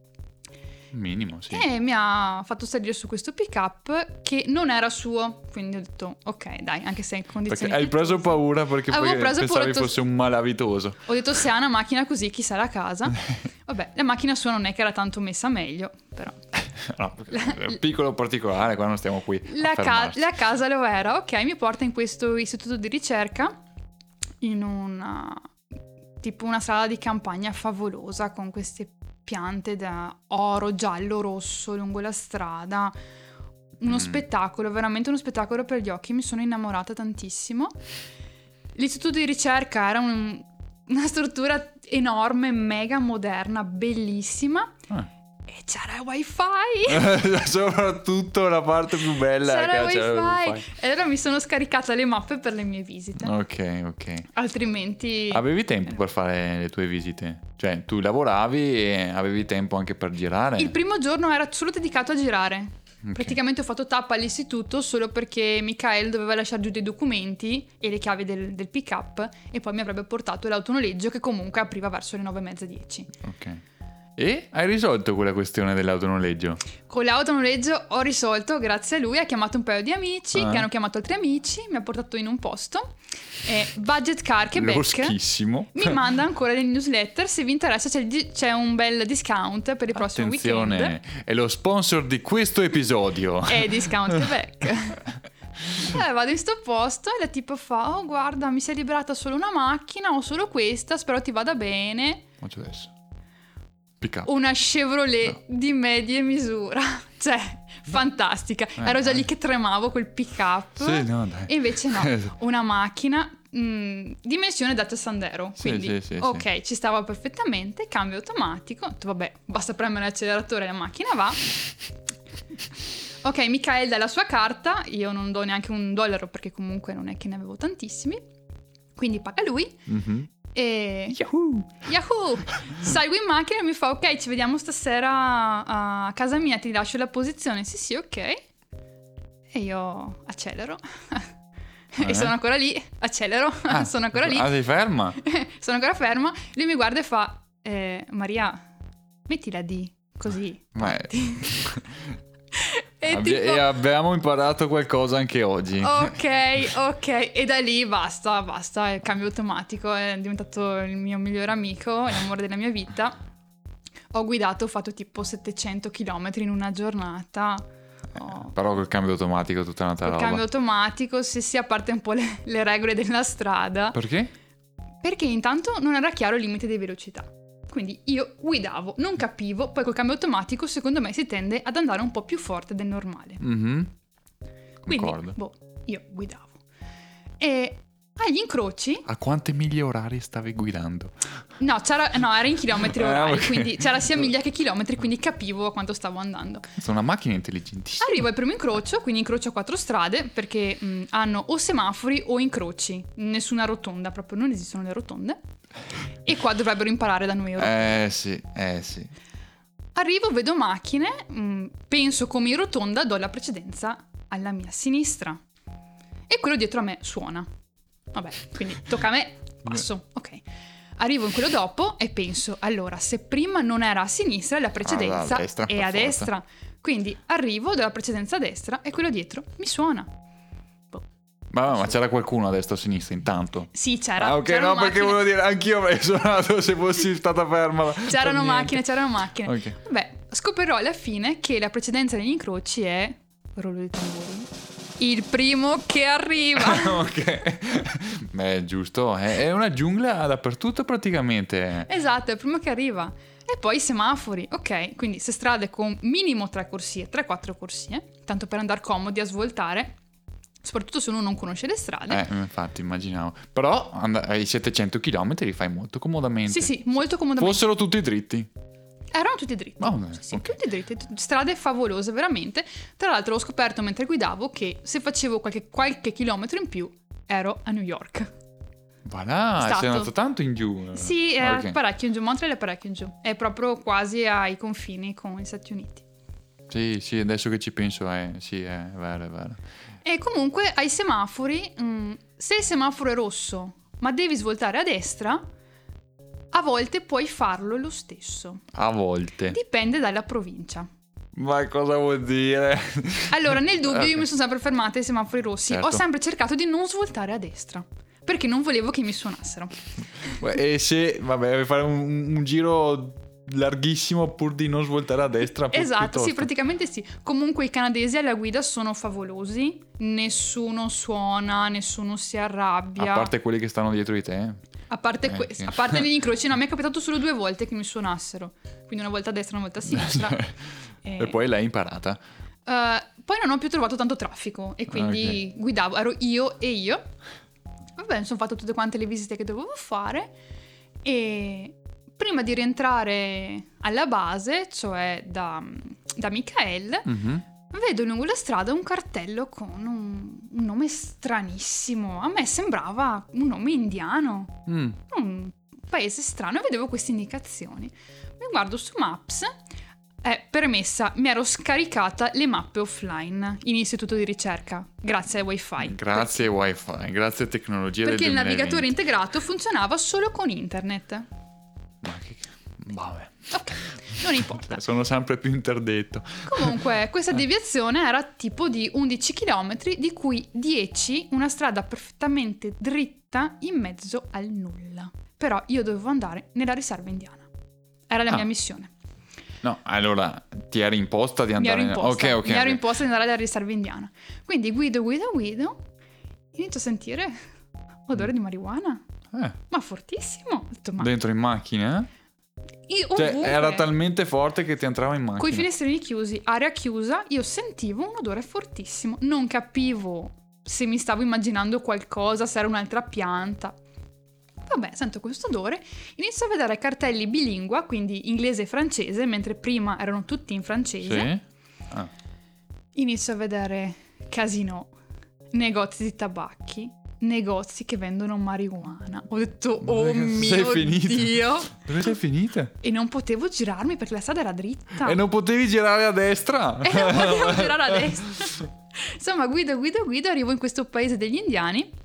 Minimo, sì. e mi ha fatto salire su questo pick up che non era suo, quindi ho detto ok dai, anche se in Perché condizioni hai preso pietose. paura perché Avevo poi preso pensavi paura, ho detto- fosse un malavitoso. Ho detto se ha una macchina così chissà la casa. Vabbè, la macchina sua non è che era tanto messa meglio, però No, è un piccolo particolare, qua non stiamo qui la, a ca- fermarci. la casa lo era. Ok, mi porta in questo istituto di ricerca in una tipo una sala di campagna favolosa con queste piante da oro, giallo, rosso lungo la strada. Uno Mm. spettacolo, veramente uno spettacolo per gli occhi. Mi sono innamorata tantissimo. L'istituto di ricerca era un- una struttura enorme, mega moderna, bellissima. Ah. E c'era il wifi. Soprattutto la parte più bella C'era il che c'era il wifi. wifi. E allora mi sono scaricata le mappe per le mie visite. Ok, ok. Altrimenti... Avevi tempo per fare le tue visite? Cioè, tu lavoravi e avevi tempo anche per girare? Il primo giorno era solo dedicato a girare. Ok. Praticamente ho fatto tappa all'istituto solo perché Michael doveva lasciare giù dei documenti e le chiavi del, del pick up e poi mi avrebbe portato l'autonoleggio che comunque apriva verso le nove e mezza dieci. Ok. E hai risolto quella questione dell'autonoleggio? Con l'autonoleggio ho risolto, grazie a lui, ha chiamato un paio di amici Ah. che hanno chiamato altri amici, mi ha portato in un posto. E Budget Car Quebec Loschissimo. mi manda ancora le newsletter, se vi interessa c'è, il di- c'è un bel discount per il prossimo Attenzione, weekend. è lo sponsor di questo episodio. È Discount Quebec. Eh, vado in sto posto e la tipo fa, oh guarda mi si è liberata solo una macchina, ho solo questa, spero ti vada bene. Ma c'è adesso? Pick up. Una Chevrolet No. di medie misura, cioè fantastica, Eh, ero già lì dai. che tremavo col pick up. Sì, no, dai. E invece no, una macchina mh, dimensione Dacia Sandero, Sì, quindi sì, sì, ok, sì. ci stava perfettamente, cambio automatico, ho detto, vabbè, basta premere l'acceleratore e la macchina va. Ok, Michael dà la sua carta, io non do neanche un dollaro perché comunque non è che ne avevo tantissimi, quindi paga lui Mhm. e... Yahoo! Yahoo! Salgo in macchina e mi fa ok, ci vediamo stasera a casa mia, ti lascio la posizione. Sì, sì, ok. E io accelero. Eh? E sono ancora lì, accelero, Ah, sono ancora lì, Ah, sei ferma? sono ancora ferma. Lui mi guarda e fa, eh, Maria, mettila di così. Ma E Abbia- tipo, e abbiamo imparato qualcosa anche oggi. ok, ok. E da lì basta, basta, il cambio automatico è diventato il mio migliore amico, l'amore della mia vita. Ho guidato, ho fatto tipo settecento chilometri in una giornata. Ho- Però col cambio automatico è tutta un'altra Col roba. cambio automatico, sì sì, a parte un po' le, le regole della strada. Perché? Perché intanto non era chiaro il limite di velocità. Quindi io guidavo, non capivo, poi col cambio automatico secondo me si tende ad andare un po' più forte del normale. Mhm. Quindi, Concordo. boh, io guidavo. E agli incroci, A quante miglia orarie stavi guidando? no, c'era, no, era in chilometri Ah, orari, ok. quindi c'era sia miglia che chilometri, quindi capivo quanto stavo andando. Sono una macchina intelligentissima. Arrivo al primo incrocio, quindi incrocio a quattro strade, perché mh, hanno o semafori o incroci, nessuna rotonda, proprio non esistono le rotonde. E qua dovrebbero imparare da noi europei. Eh sì, eh sì. Arrivo, vedo macchine, mh, penso come in rotonda, do la precedenza alla mia sinistra. E quello dietro a me suona. Vabbè, quindi tocca a me, passo, ok. Arrivo in quello dopo e penso, allora, se prima non era a sinistra, la precedenza Ah, a destra, è per a forza. destra. Quindi arrivo, do la precedenza a destra e quello dietro mi suona. Boh. Ma, ma c'era qualcuno a destra o a sinistra intanto? Sì, c'era. Ah, ok, c'erano no, perché macchine, volevo dire, anch'io avrei suonato se fossi stata ferma. per c'erano niente. macchine, c'erano macchine. Ok. Vabbè, scoprirò alla fine che la precedenza degli incroci è... Rullo di tamburi. Il primo che arriva. Ok. Beh, giusto, è è una giungla dappertutto praticamente. Esatto, è il primo che arriva. E poi i semafori, ok, quindi se strade con minimo tre corsie, tre quattro corsie, tanto per andare comodi a svoltare, soprattutto se uno non conosce le strade. Eh, infatti, immaginavo. Però and- ai settecento chilometri li fai molto comodamente. Sì, sì, molto comodamente. Fossero tutti dritti. Erano tutti dritti. Oh, beh, sì, sì, ok. tutti dritti. t- Strade favolose, veramente. Tra l'altro ho scoperto mentre guidavo che se facevo qualche, qualche chilometro in più ero a New York. Voilà, Stato. sei andato tanto in giù. Sì, è Ok. parecchio in giù. Montreal è parecchio in giù. È proprio quasi ai confini con gli Stati Uniti. Sì, sì, adesso che ci penso è, sì, è vero, è vero. E comunque ai semafori, mh, se il semaforo è rosso ma devi svoltare a destra, a volte puoi farlo lo stesso. A volte. Dipende dalla provincia. Ma cosa vuol dire? Allora, nel dubbio io Ok. mi sono sempre fermata ai semafori rossi. Certo. Ho sempre cercato di non svoltare a destra, perché non volevo che mi suonassero. E se, vabbè, devi fare un, un giro larghissimo pur di non svoltare a destra. pi- Esatto, piuttosto. sì, praticamente sì. Comunque i canadesi alla guida sono favolosi. Nessuno suona, nessuno si arrabbia. A parte quelli che stanno dietro di te. A parte, Eh, que- sì. a parte negli incroci, no, mi è capitato solo due volte che mi suonassero. Quindi una volta a destra e una volta a sinistra. E- E poi l'hai imparata. Eh, poi non ho più trovato tanto traffico e quindi guidavo, ero io e io. Vabbè, mi sono fatto tutte quante le visite che dovevo fare e prima di rientrare alla base, cioè da, da Michael, Mhm. vedo lungo la strada un cartello con un, un nome stranissimo. A me sembrava un nome indiano, Mm. un paese strano, e vedevo queste indicazioni. Mi guardo su Maps. Eh, permessa, mi ero scaricata le mappe offline in istituto di ricerca, grazie ai wifi. Grazie wifi, grazie tecnologia Perché del il duemilaventi. navigatore integrato funzionava solo con internet. Ma che... Vabbè. Ok, non importa. Sono sempre più interdetto. Comunque, questa deviazione era tipo di undici chilometri, di cui dieci una strada perfettamente dritta in mezzo al nulla. Però io dovevo andare nella riserva indiana. Era la Ah. mia missione. No, allora ti eri imposta di Mi andare... ero imposta, Ok, ok. mi ero ok. imposta di andare alla riserva indiana. Quindi guido, guido, guido. Inizio a sentire odore di marijuana. Eh, Ma fortissimo. Ho detto, ma dentro in macchina? io Cioè, ovunque, era talmente forte che ti entrava in macchina. coi finestrini chiusi, aria chiusa, io sentivo un odore fortissimo. Non capivo se mi stavo immaginando qualcosa, se era un'altra pianta. Vabbè, sento questo odore, inizio a vedere cartelli bilingua, quindi inglese e francese, mentre prima erano tutti in francese. Sì? Ah. Inizio a vedere casinò, negozi di tabacchi, negozi che vendono marijuana. Ho detto, Ma oh dove cazzo sei mio finita? Dio! Dove sei finita? E non potevo girarmi perché la strada era dritta. E non potevi girare a destra? E non potevo girare a destra. Insomma, guido, guido, guido, arrivo in questo paese degli indiani.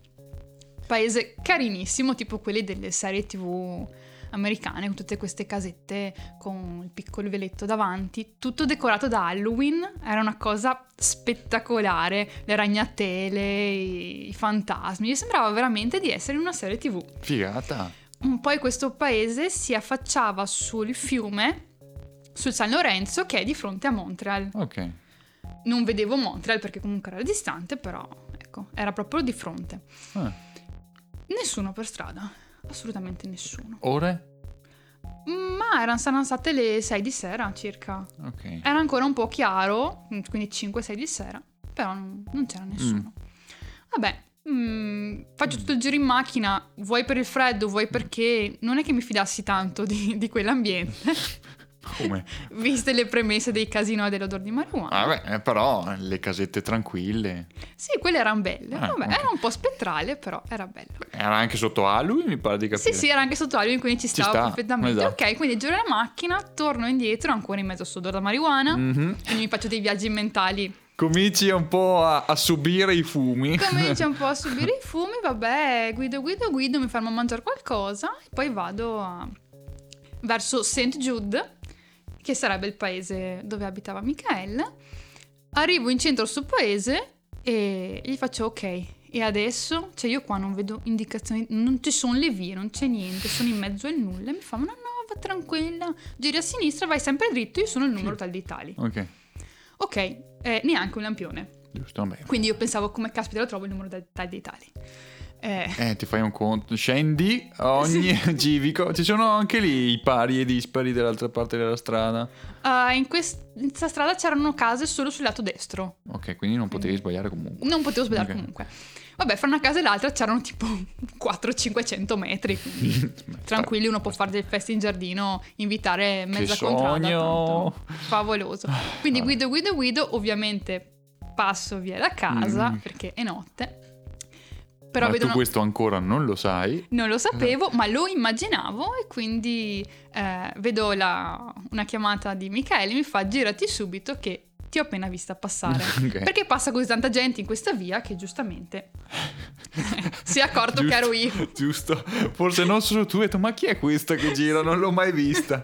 Paese carinissimo, tipo quelli delle serie tv americane, con tutte queste casette con il piccolo veletto davanti, tutto decorato da Halloween. Era una cosa spettacolare, le ragnatele, i, i fantasmi. Mi sembrava veramente di essere in una serie tv. Figata. Poi questo paese si affacciava sul fiume, sul San Lorenzo, che è di fronte a Montreal. Ok. Non vedevo Montreal perché comunque era distante, però ecco, era proprio di fronte. Ah. Nessuno per strada, assolutamente nessuno. Ore? Ma erano, saranno state le sei di sera circa. Ok. Era ancora un po' chiaro, quindi cinque sei di sera, però non, non c'era nessuno. Vabbè, mm, faccio tutto il giro in macchina, vuoi per il freddo, vuoi perché non è che mi fidassi tanto di, di quell'ambiente, Come? viste le premesse dei casinò e dell'odore di marijuana. Vabbè, eh, però le casette tranquille. Sì, quelle erano belle. Ah, Vabbè, ok. era un po' spettrale, però era bello. Era anche sotto Halloween, mi pare di capire. Sì, sì, era anche sotto Halloween, quindi ci Ci stava sta, perfettamente. esatto. Ok, quindi giro la macchina, torno indietro, ancora in mezzo a sudore da marijuana. Mhm. Quindi mi faccio dei viaggi mentali. Cominci un po' a, a subire i fumi. Comincio un po' a subire i fumi, vabbè, guido, guido, guido, mi fermo a mangiare qualcosa e poi vado a... verso Saint Jude, che sarebbe il paese dove abitava Michael. Arrivo in centro a sto paese e gli faccio ok, e adesso? Cioè io qua non vedo indicazioni, non ci sono le vie, non c'è niente, sono in mezzo al nulla. E mi fa, no, no, va tranquilla, giri a sinistra, vai sempre dritto, io sono il numero tal di tali. Ok, Ok, eh, neanche un lampione. giusto, vabbè. Quindi io pensavo, come caspita lo trovo il numero tal, tal dei tali. Eh, Eh, ti fai un conto, scendi ogni civico, ci sono anche lì i pari e dispari dall'altra parte della strada. uh, in quest- in questa strada c'erano case solo sul lato destro. Ok, quindi non potevi sbagliare comunque. Non potevo sbagliare Ok. comunque. Vabbè, fra una casa e l'altra c'erano tipo quattrocento cinquecento metri, quindi tranquilli, uno può fare delle feste in giardino, invitare mezza Che contrada. sogno! tanto favoloso. Quindi Vabbè. guido, guido, guido, ovviamente passo via da casa Mm. perché è notte. Però Ma vedo tu una- questo ancora non lo sai. Non lo sapevo, ma lo immaginavo e quindi eh, vedo la- una chiamata di Michele, mi fa girati subito che ti ho appena vista passare. Ok. Perché passa così tanta gente in questa via che giustamente si è accorto che ero io. Giusto, forse non solo tu, hai detto ma chi è questa che gira? Non l'ho mai vista.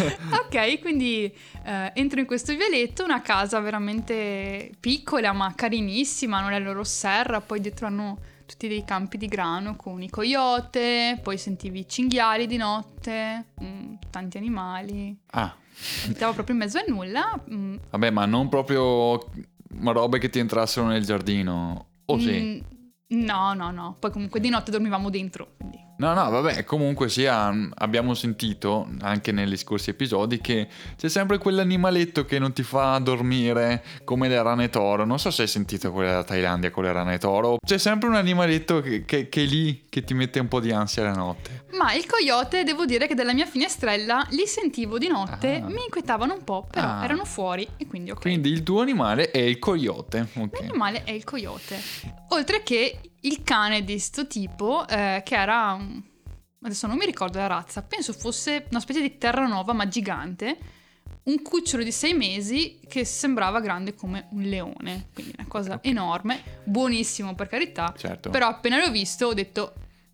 Ok, quindi eh, entro in questo vialetto, una casa veramente piccola ma carinissima, hanno la loro serra, poi dietro hanno tutti dei campi di grano con i coyote, poi sentivi i cinghiali di notte, mm, tanti animali. Ah, Abitavo proprio in mezzo a nulla. mm, vabbè, ma non proprio robe che ti entrassero nel giardino. O sì? mm, No, no, no. Poi comunque di notte dormivamo dentro, quindi... No, no, vabbè, comunque sia, abbiamo sentito anche negli scorsi episodi che c'è sempre quell'animaletto che non ti fa dormire come le rane toro. Non so se hai sentito quella della Thailandia con le rane toro. C'è sempre un animaletto che, che, che è lì, che ti mette un po' di ansia la notte. Ma il coyote, devo dire che dalla mia finestrella li sentivo di notte, Ah. mi inquietavano un po', però Ah. erano fuori e quindi ok. Quindi il tuo animale è il coyote. Ok. L'animale è il coyote. Oltre che il cane di sto tipo, eh, che era... un- Adesso non mi ricordo la razza, penso fosse una specie di terranova ma gigante, un cucciolo di sei mesi che sembrava grande come un leone, quindi una cosa enorme, buonissimo per carità, Certo. però appena l'ho visto ho detto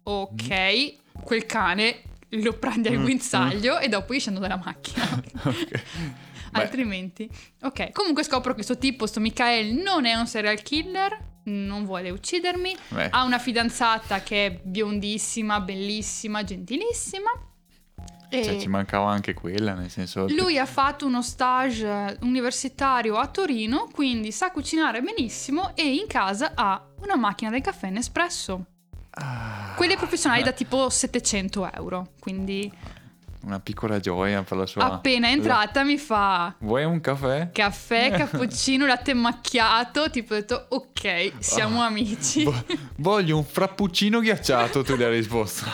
ok, quel cane lo prendi al Mm, guinzaglio e dopo io scendo dalla macchina. Ok. Beh, Altrimenti, ok. Comunque scopro che questo tipo, sto Michael, non è un serial killer, non vuole uccidermi, beh, ha una fidanzata che è biondissima, bellissima, gentilissima. E cioè, ci mancava anche quella, nel senso... lui ha fatto uno stage universitario a Torino, quindi sa cucinare benissimo e in casa ha una macchina del caffè Nespresso. Ah, Quelle professionali da tipo settecento euro, quindi una piccola gioia per la sua... appena entrata mi fa... Vuoi un caffè? Caffè, cappuccino, latte macchiato, tipo ho detto ok, siamo Ah, amici. Vo- voglio un frappuccino ghiacciato, tu gli hai risposto.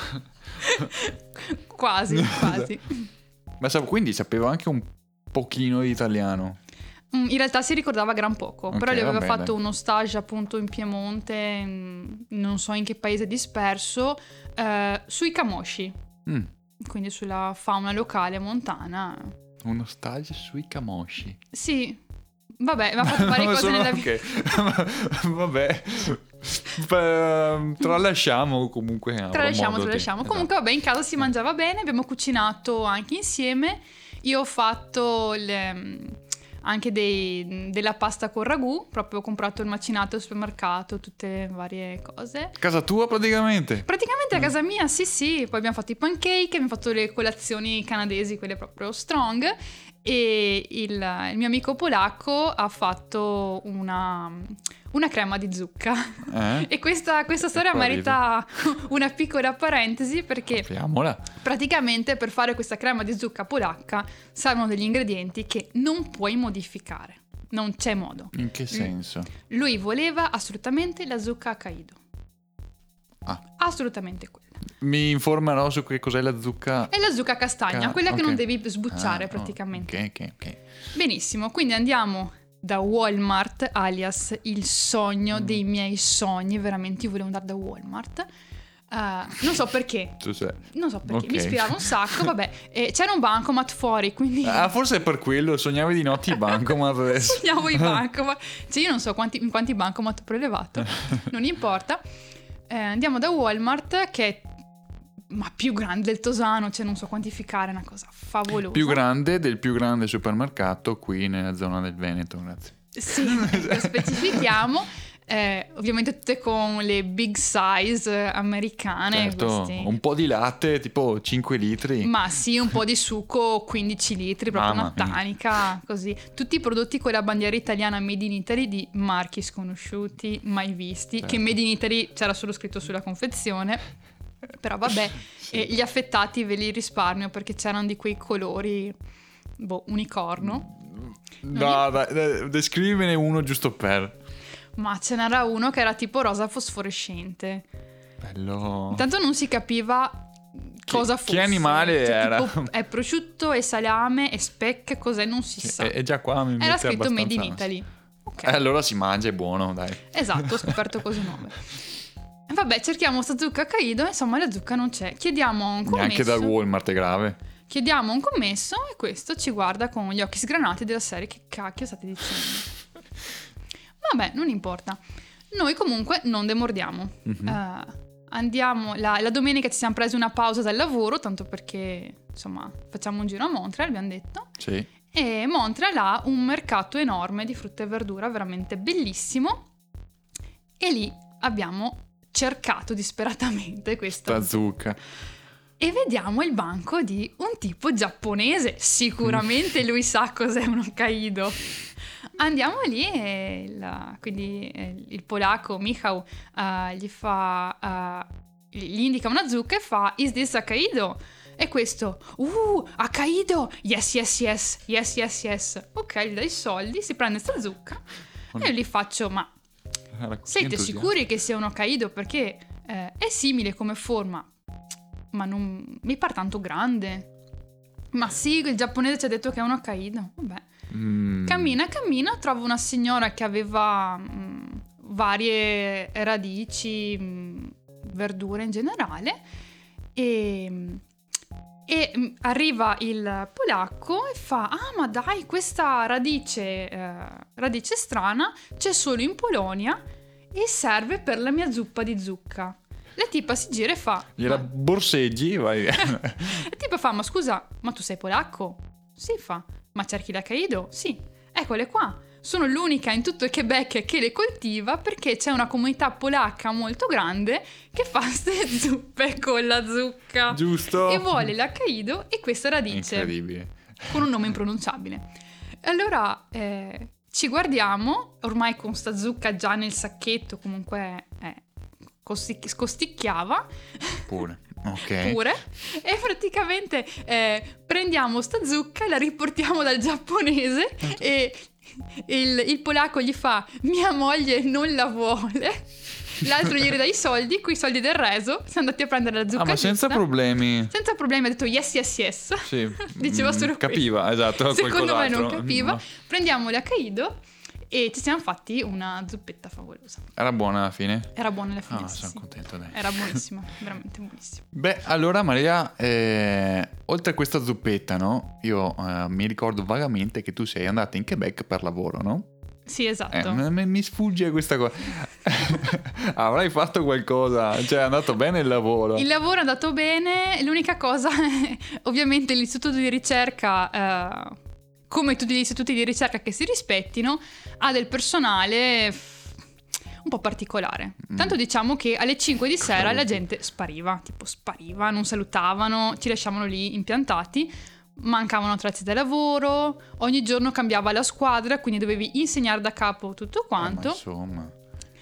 Quasi, quasi. Ma sa- quindi sapevo anche un pochino di italiano. Mm, In realtà si ricordava gran poco, Ok, però lui aveva va fatto bene. uno stage appunto in Piemonte, mm, non so in che paese disperso, eh, sui camosci, Mm, quindi sulla fauna locale montana. uno stage sui camosci. Sì, vabbè, aveva fatto varie Non cose sono- nella vita. ok. Vabbè. Beh, tralasciamo comunque. avrò Tralasciamo, modo di- tralasciamo. esatto. Comunque, vabbè, in casa si mangiava bene, abbiamo cucinato anche insieme. Io ho fatto le- anche dei- della pasta con ragù, proprio ho comprato il macinato al supermercato, tutte varie cose. Casa tua praticamente. Praticamente a casa mia, sì, sì. Poi abbiamo fatto i pancake, abbiamo fatto le colazioni canadesi, quelle proprio strong. E il, il mio amico polacco ha fatto una, una crema di zucca. Eh? E questa, questa storia qua merita una piccola parentesi perché Apriamola. praticamente per fare questa crema di zucca polacca servono degli ingredienti che non puoi modificare. Non c'è modo. In che senso? Lui voleva assolutamente la zucca a Kaido. Ah. Assolutamente quella. Mi informerò su che cos'è la zucca. È la zucca castagna, Ca- quella che ok. non devi sbucciare Ah, praticamente. Ok, ok, ok. Benissimo, quindi andiamo da Walmart, alias il sogno Mm. dei miei sogni. Veramente io volevo andare da Walmart. Eh, non so perché. Tu sei- Non so perché, Ok. mi ispirava un sacco, vabbè. E c'era un bancomat fuori, quindi Ah, forse è per quello. Sognavi di notte i bancomat adesso. sognavo i bancomat. Cioè io non so quanti, in quanti bancomat ho prelevato, non importa. Eh, andiamo da Walmart che è ma più grande del Tosano, cioè non so quantificare, è una cosa favolosa. Più grande del più grande supermercato qui nella zona del Veneto, grazie. Sì, ecco, specifichiamo. eh, ovviamente tutte con le big size americane. Certo, questi. un po' di latte, tipo cinque litri. Ma sì, un po' di succo, quindici litri, proprio Mamma una mia. tanica, così. Tutti i prodotti con la bandiera italiana Made in Italy di marchi sconosciuti, mai visti, Certo. che Made in Italy c'era solo scritto sulla confezione. Però vabbè, Sì. eh, gli affettati ve li risparmio perché c'erano di quei colori, boh, unicorno. No, dai, dai, descrivine uno giusto per. Ma ce n'era uno che era tipo rosa fosforescente. Bello. Intanto non si capiva cosa che fosse. animale Cioè, era? tipo, è prosciutto, è salame, è speck, cos'è non si sa. E, e già qua mi Era mette scritto Made in abbastanza- Italy. Ok. Eh, allora si mangia, è buono, dai. Esatto, ho scoperto cose nuove. E vabbè, cerchiamo sta zucca a Kaido, insomma la zucca non c'è. Chiediamo un commesso. Neanche dal Walmart è grave. Chiediamo un commesso e questo ci guarda con gli occhi sgranati della serie. Che cacchio state dicendo? Vabbè, non importa. Noi comunque non demordiamo. Mhm. Eh, andiamo, la, la domenica ci siamo presi una pausa dal lavoro, tanto perché, insomma, facciamo un giro a Montreal, abbiamo detto. Sì. E Montreal ha un mercato enorme di frutta e verdura, veramente bellissimo. E lì abbiamo cercato disperatamente questa Sta zucca. e vediamo il banco di un tipo giapponese. Sicuramente lui sa cos'è un Hokkaido. Andiamo lì e il, quindi eh, il polacco Michał eh, gli fa eh, gli indica una zucca e fa "Is this Hokkaido?" E questo "Uh, Hokkaido! Yes, yes, yes, yes, yes, yes." Ok, gli dai i soldi, si prende sta zucca e io gli faccio "Ma Era così siete entusiasta. sicuri che sia un Hokkaido? Perché eh, è simile come forma, ma non mi pare tanto grande." "Ma sì, il giapponese ci ha detto che è un Hokkaido." Vabbè. Mm. Cammina, cammina, trova una signora che aveva mh, varie radici, mh, verdure in generale e, e mh, arriva il polacco e fa "Ah, ma dai, questa radice, eh, radice strana c'è solo in Polonia e serve per la mia zuppa di zucca." La tipa si gira e fa Gliela "Ma-" borseggi, vai. La tipa fa "Ma scusa, ma tu sei polacco?" "Sì", fa "Ma cerchi l'Hokkaido?" "Sì." "Eccole qua, sono l'unica in tutto il Quebec che le coltiva perché c'è una comunità polacca molto grande che fa ste zuppe con la zucca." Giusto? E vuole l'Hokkaido e questa radice Incredibile. con un nome impronunciabile. Allora eh, ci guardiamo, ormai con sta zucca già nel sacchetto, comunque eh, costi- scosticchiava Pure. Ok. pure, e praticamente eh, prendiamo sta zucca e la riportiamo dal giapponese e il, il polacco gli fa "Mia moglie non la vuole." L'altro gli ridà i soldi, coi soldi del reso siamo andati a prendere la zucca Ah, ma senza giusta. problemi. Senza problemi, ha detto "Yes, yes, yes." Sì. Diceva Mm, solo capiva, esatto. questo. Secondo me non qualcos'altro. capiva. No. Prendiamo l'Hokkaido e ci siamo fatti una zuppetta favolosa. Era buona alla fine? Era buona alla fine, Ah, sì, sono sì. contento, dai. Era buonissima, veramente buonissima. Beh, allora Maria, eh, oltre a questa zuppetta, no? Io eh, mi ricordo vagamente che tu sei andata in Quebec per lavoro, no? Sì, esatto. Eh, mi, mi sfugge questa cosa. Avrai fatto qualcosa, cioè è andato bene il lavoro. Il lavoro è andato bene, l'unica cosa, ovviamente l'istituto di ricerca, eh, come tutti gli istituti di ricerca che si rispettino, ha del personale f- un po' particolare. Mm. Tanto diciamo che alle cinque di Cosa sera vuol la dire? gente spariva, tipo spariva, non salutavano, ci lasciavano lì impiantati, mancavano attrezzi da lavoro, ogni giorno cambiava la squadra, quindi dovevi insegnare da capo tutto Eh, ma quanto. insomma.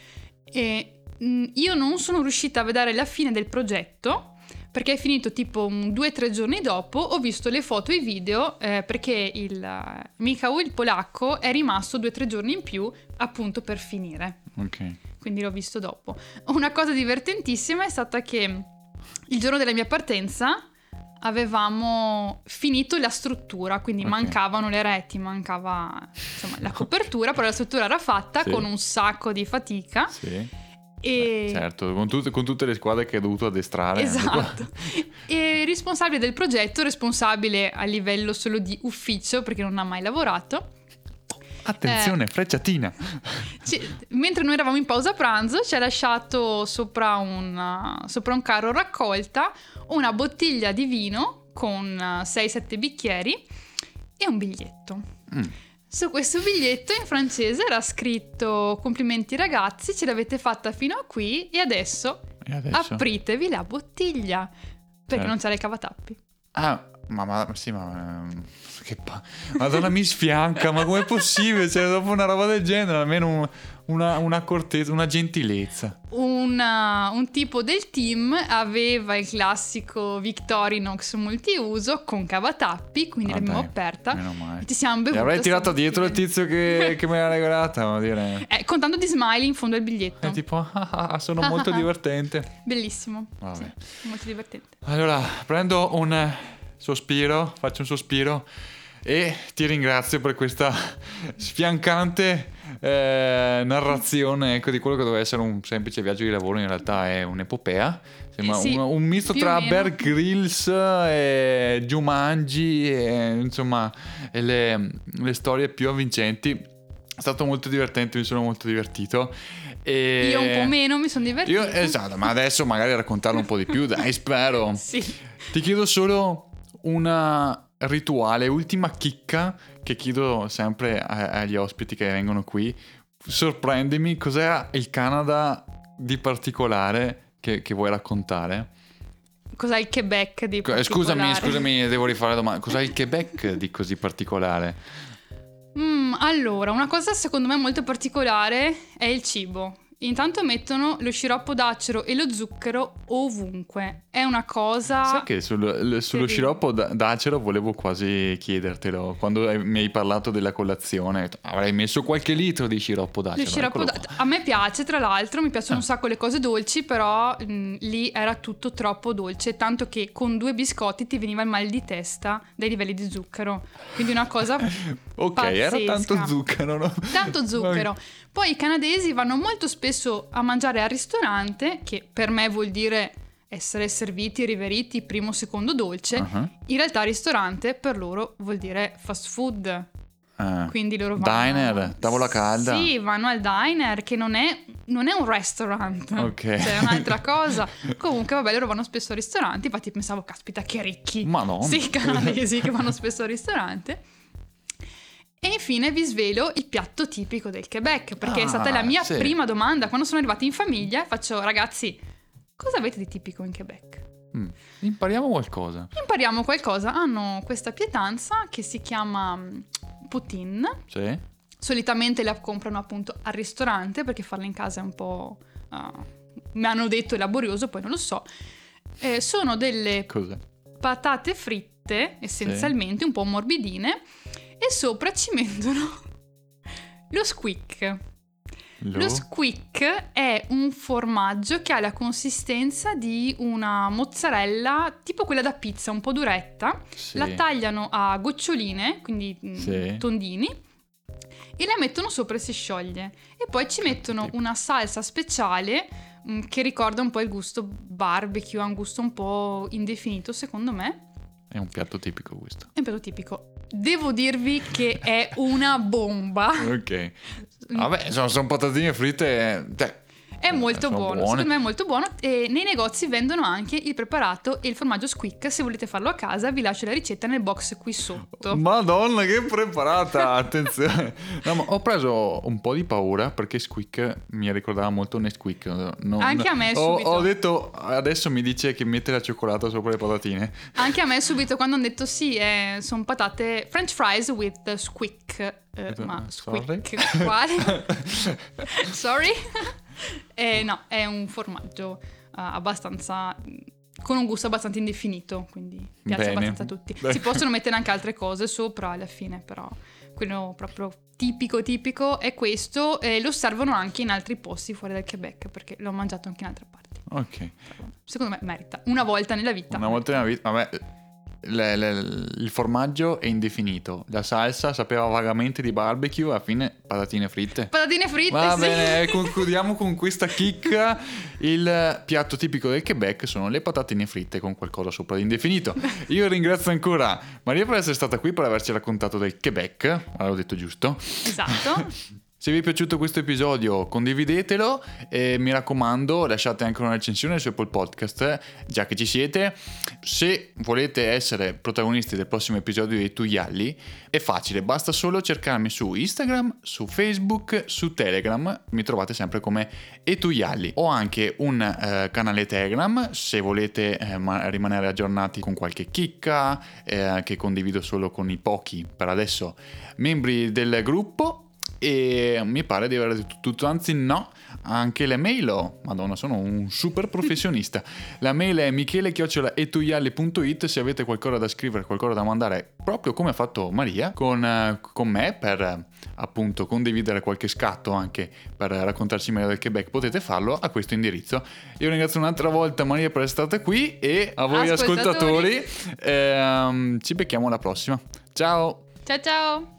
E mh, io non sono riuscita a vedere la fine del progetto perché è finito tipo un due o tre giorni dopo. Ho visto le foto e i video eh, perché il uh, Michał, il polacco, è rimasto due o tre giorni in più appunto per finire, Ok. quindi l'ho visto dopo. Una cosa divertentissima è stata che il giorno della mia partenza avevamo finito la struttura, quindi Ok. mancavano le reti, mancava insomma la copertura, però la struttura era fatta Sì. con un sacco di fatica. Sì. E... Certo, con, tutte- con tutte le squadre che hai dovuto addestrare. Esatto. E responsabile del progetto, responsabile a livello solo di ufficio perché non ha mai lavorato. Attenzione, Eh. frecciatina. Ci- mentre noi eravamo in pausa pranzo ci ha lasciato sopra un, sopra un carro raccolta una bottiglia di vino con sei sette bicchieri e un biglietto. Mm. Su questo biglietto in francese era scritto: complimenti ragazzi, ce l'avete fatta fino a qui e adesso, E adesso? apritevi la bottiglia. Perché Certo. non c'era il cavatappi. Ah, ma, ma sì, ma ehm, che pa... Madonna mi sfianca, ma com'è possibile? Cioè, dopo una roba del genere, almeno un- una, una accortezza, una gentilezza. Una- un tipo del team aveva il classico Victorinox multiuso con cavatappi, quindi Ah, l'abbiamo dai, aperta meno male. e ci siamo E bevuti. avrei sta tirato dietro il bottiglia. tizio che, che me l'ha regalata, vuol dire. Eh, con tanto di smiley in fondo al biglietto. È tipo, ah, ah, ah, sono molto divertente. Bellissimo. Vabbè. Sì, molto divertente. Allora, prendo un sospiro, faccio un sospiro e ti ringrazio per questa sfiancante eh, narrazione, ecco, di quello che doveva essere un semplice viaggio di lavoro, in realtà è un'epopea. Sembra Eh sì, un, un misto più o tra meno. Bear Grylls e Jumanji, e, insomma, e le, le storie più avvincenti. È stato molto divertente, mi sono molto divertito. E Io un po' meno mi sono divertita. Io, esatto, ma adesso magari raccontarlo un po' di più, dai, spero. Sì. Ti chiedo solo una rituale, ultima chicca che chiedo sempre a- agli ospiti che vengono qui. Sorprendimi, cos'è il Canada di particolare che, che vuoi raccontare? Cos'è il Quebec di Co- eh, Scusami, particolare? scusami, devo rifare la domanda. Cos'è il Quebec di così particolare? Mm, allora, una cosa secondo me molto particolare è il cibo. Intanto mettono lo sciroppo d'acero e lo zucchero ovunque. È una cosa... Sai che sul- l- sullo terribile. sciroppo d- d'acero volevo quasi chiedertelo. Quando hai- mi hai parlato della colazione, ho detto, avrei messo qualche litro di sciroppo d'acero. Lo sciroppo eccolo da- qua. a me piace, tra l'altro, mi piacciono Ah. un sacco le cose dolci, però mm, lì era tutto troppo dolce, tanto che con due biscotti ti veniva il mal di testa dai livelli di zucchero. Quindi una cosa Ok, era pazzesca. tanto zucchero, no? Tanto zucchero. Poi i canadesi vanno molto spesso a mangiare al ristorante, che per me vuol dire essere serviti, riveriti, primo, secondo dolce. Uh-huh. In realtà ristorante per loro vuol dire fast food. Ah. Quindi loro vanno... Diner, tavola calda. Sì, vanno al diner, che non è, non è un restaurant. Ok. Cioè, è un'altra cosa. Comunque, vabbè, loro vanno spesso al ristorante. Infatti pensavo, caspita, che ricchi. Ma no. Sì, i canadesi che vanno spesso al ristorante. E infine vi svelo il piatto tipico del Quebec, perché Ah, è stata la mia sì. prima domanda. Quando sono arrivati in famiglia, faccio, ragazzi, cosa avete di tipico in Quebec? Mm. Impariamo qualcosa. Impariamo qualcosa. Hanno questa pietanza che si chiama mm, poutine. Sì? Solitamente la comprano appunto al ristorante perché farla in casa è un po'... uh, mi hanno detto è laborioso, poi non lo so. Eh, sono delle Cos'è? patate fritte, essenzialmente, un po' morbidine, e sopra ci mettono lo squeak. Lo? Lo squeak è un formaggio che ha la consistenza di una mozzarella tipo quella da pizza, un po' duretta. Sì. La tagliano a goccioline, quindi mm, Sì. tondini, e la mettono sopra e si scioglie. E poi ci mettono tipo. una salsa speciale mm, che ricorda un po' il gusto barbecue, ha un gusto un po' indefinito secondo me. È un piatto tipico questo. È un piatto tipico. Devo dirvi che è una bomba. Ok. Vabbè, sono, sono patatine fritte. Cioè, È molto sono buono, buone. secondo me è molto buono. E nei negozi vendono anche il preparato e il formaggio squeak. Se volete farlo a casa vi lascio la ricetta nel box qui sotto. Madonna, che preparata! Attenzione. No, ma ho preso un po' di paura perché Squeak mi ricordava molto Nesquik. No, Anche a me ho, subito. ho detto, adesso mi dice che mette la cioccolata sopra le patatine. Anche a me subito quando hanno detto sì, eh, sono patate French fries with squeak. Eh, ma Sorry? squeak quale? Sorry? Eh, no, è un formaggio eh, abbastanza... con un gusto abbastanza indefinito, quindi piace Bene. abbastanza a tutti. Si possono mettere anche altre cose sopra alla fine, però quello proprio tipico tipico è questo, e lo servono anche in altri posti fuori dal Quebec, perché l'ho mangiato anche in altre parti. Ok. Secondo me merita, una volta nella vita. Una volta nella vita, vabbè, le- le- il formaggio è indefinito, la salsa sapeva vagamente di barbecue, alla fine patatine fritte. Patatine fritte, Va sì. bene, concludiamo con questa chicca. Il piatto tipico del Quebec sono le patatine fritte con qualcosa sopra di indefinito. Io ringrazio ancora Maria per essere stata qui, per averci raccontato del Quebec, l'avevo detto giusto. Esatto. Se vi è piaciuto questo episodio condividetelo e mi raccomando lasciate anche una recensione su Apple Podcast, già che ci siete. Se volete essere protagonisti del prossimo episodio di Tu Ialli è facile, basta solo cercarmi su Instagram, su Facebook, su Telegram, mi trovate sempre come E Tu Ialli. Ho anche un eh, canale Telegram se volete eh, ma- rimanere aggiornati con qualche chicca eh, che condivido solo con i pochi per adesso membri del gruppo. E mi pare di avere tutto, anzi no, anche le mail ho, madonna sono un super professionista. La mail è michele chiocciola etuialli punto it se avete qualcosa da scrivere, qualcosa da mandare, proprio come ha fatto Maria con, con me per appunto condividere qualche scatto, anche per raccontarci meglio del Quebec, potete farlo a questo indirizzo. Io ringrazio un'altra volta Maria per essere stata qui e a voi ascoltatori, ascoltatori ehm, ci becchiamo alla prossima, ciao ciao ciao.